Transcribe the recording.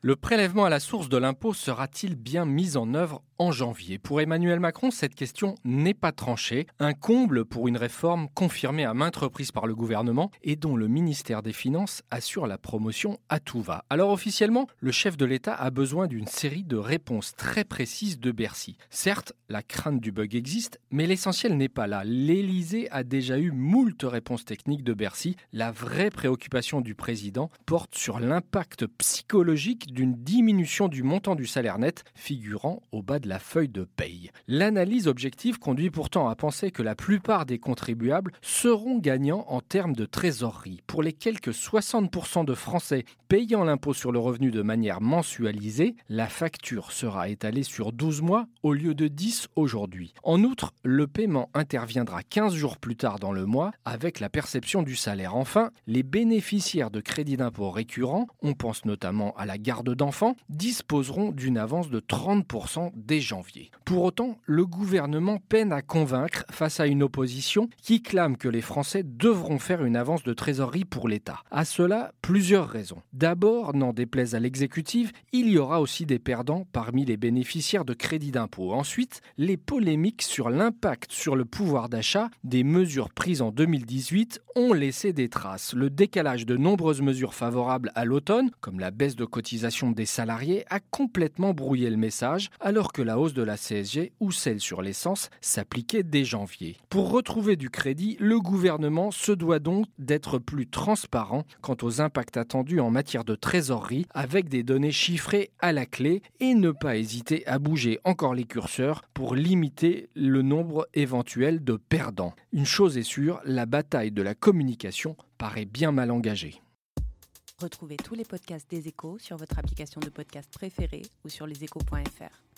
Le prélèvement à la source de l'impôt sera-t-il bien mis en œuvre en janvier ? Pour Emmanuel Macron, cette question n'est pas tranchée. Un comble pour une réforme confirmée à maintes reprises par le gouvernement et dont le ministère des Finances assure la promotion à tout va. Alors officiellement, le chef de l'État a besoin d'une série de réponses très précises de Bercy. Certes, la crainte du bug existe, mais l'essentiel n'est pas là. L'Élysée a déjà eu moult réponses techniques de Bercy. La vraie préoccupation du président porte sur l'impact psychologique d'une diminution du montant du salaire net figurant au bas de la feuille de paye. L'analyse objective conduit pourtant à penser que la plupart des contribuables seront gagnants en termes de trésorerie. Pour les quelques 60% de Français payant l'impôt sur le revenu de manière mensualisée, la facture sera étalée sur 12 mois au lieu de 10 aujourd'hui. En outre, le paiement interviendra 15 jours plus tard dans le mois avec la perception du salaire. Enfin, les bénéficiaires de crédits d'impôt récurrents, on pense notamment à la garde d'enfants, disposeront d'une avance de 30% dès janvier. Pour autant, le gouvernement peine à convaincre face à une opposition qui clame que les Français devront faire une avance de trésorerie pour l'État. À cela, plusieurs raisons. D'abord, n'en déplaise à l'exécutif, il y aura aussi des perdants parmi les bénéficiaires de crédits d'impôt. Ensuite, les polémiques sur l'impact sur le pouvoir d'achat des mesures prises en 2018 ont laissé des traces. Le décalage de nombreuses mesures favorables à l'automne, comme la baisse de cotisation des salariés, a complètement brouillé le message, alors que la hausse de la CSG ou celle sur l'essence s'appliquait dès janvier. Pour retrouver du crédit, le gouvernement se doit donc d'être plus transparent quant aux impacts attendus en matière de trésorerie, avec des données chiffrées à la clé, et ne pas hésiter à bouger encore les curseurs pour limiter le nombre éventuel de perdants. Une chose est sûre, la bataille de la communication paraît bien mal engagée. Retrouvez tous les podcasts des Échos sur votre application de podcast préférée ou sur leséchos.fr.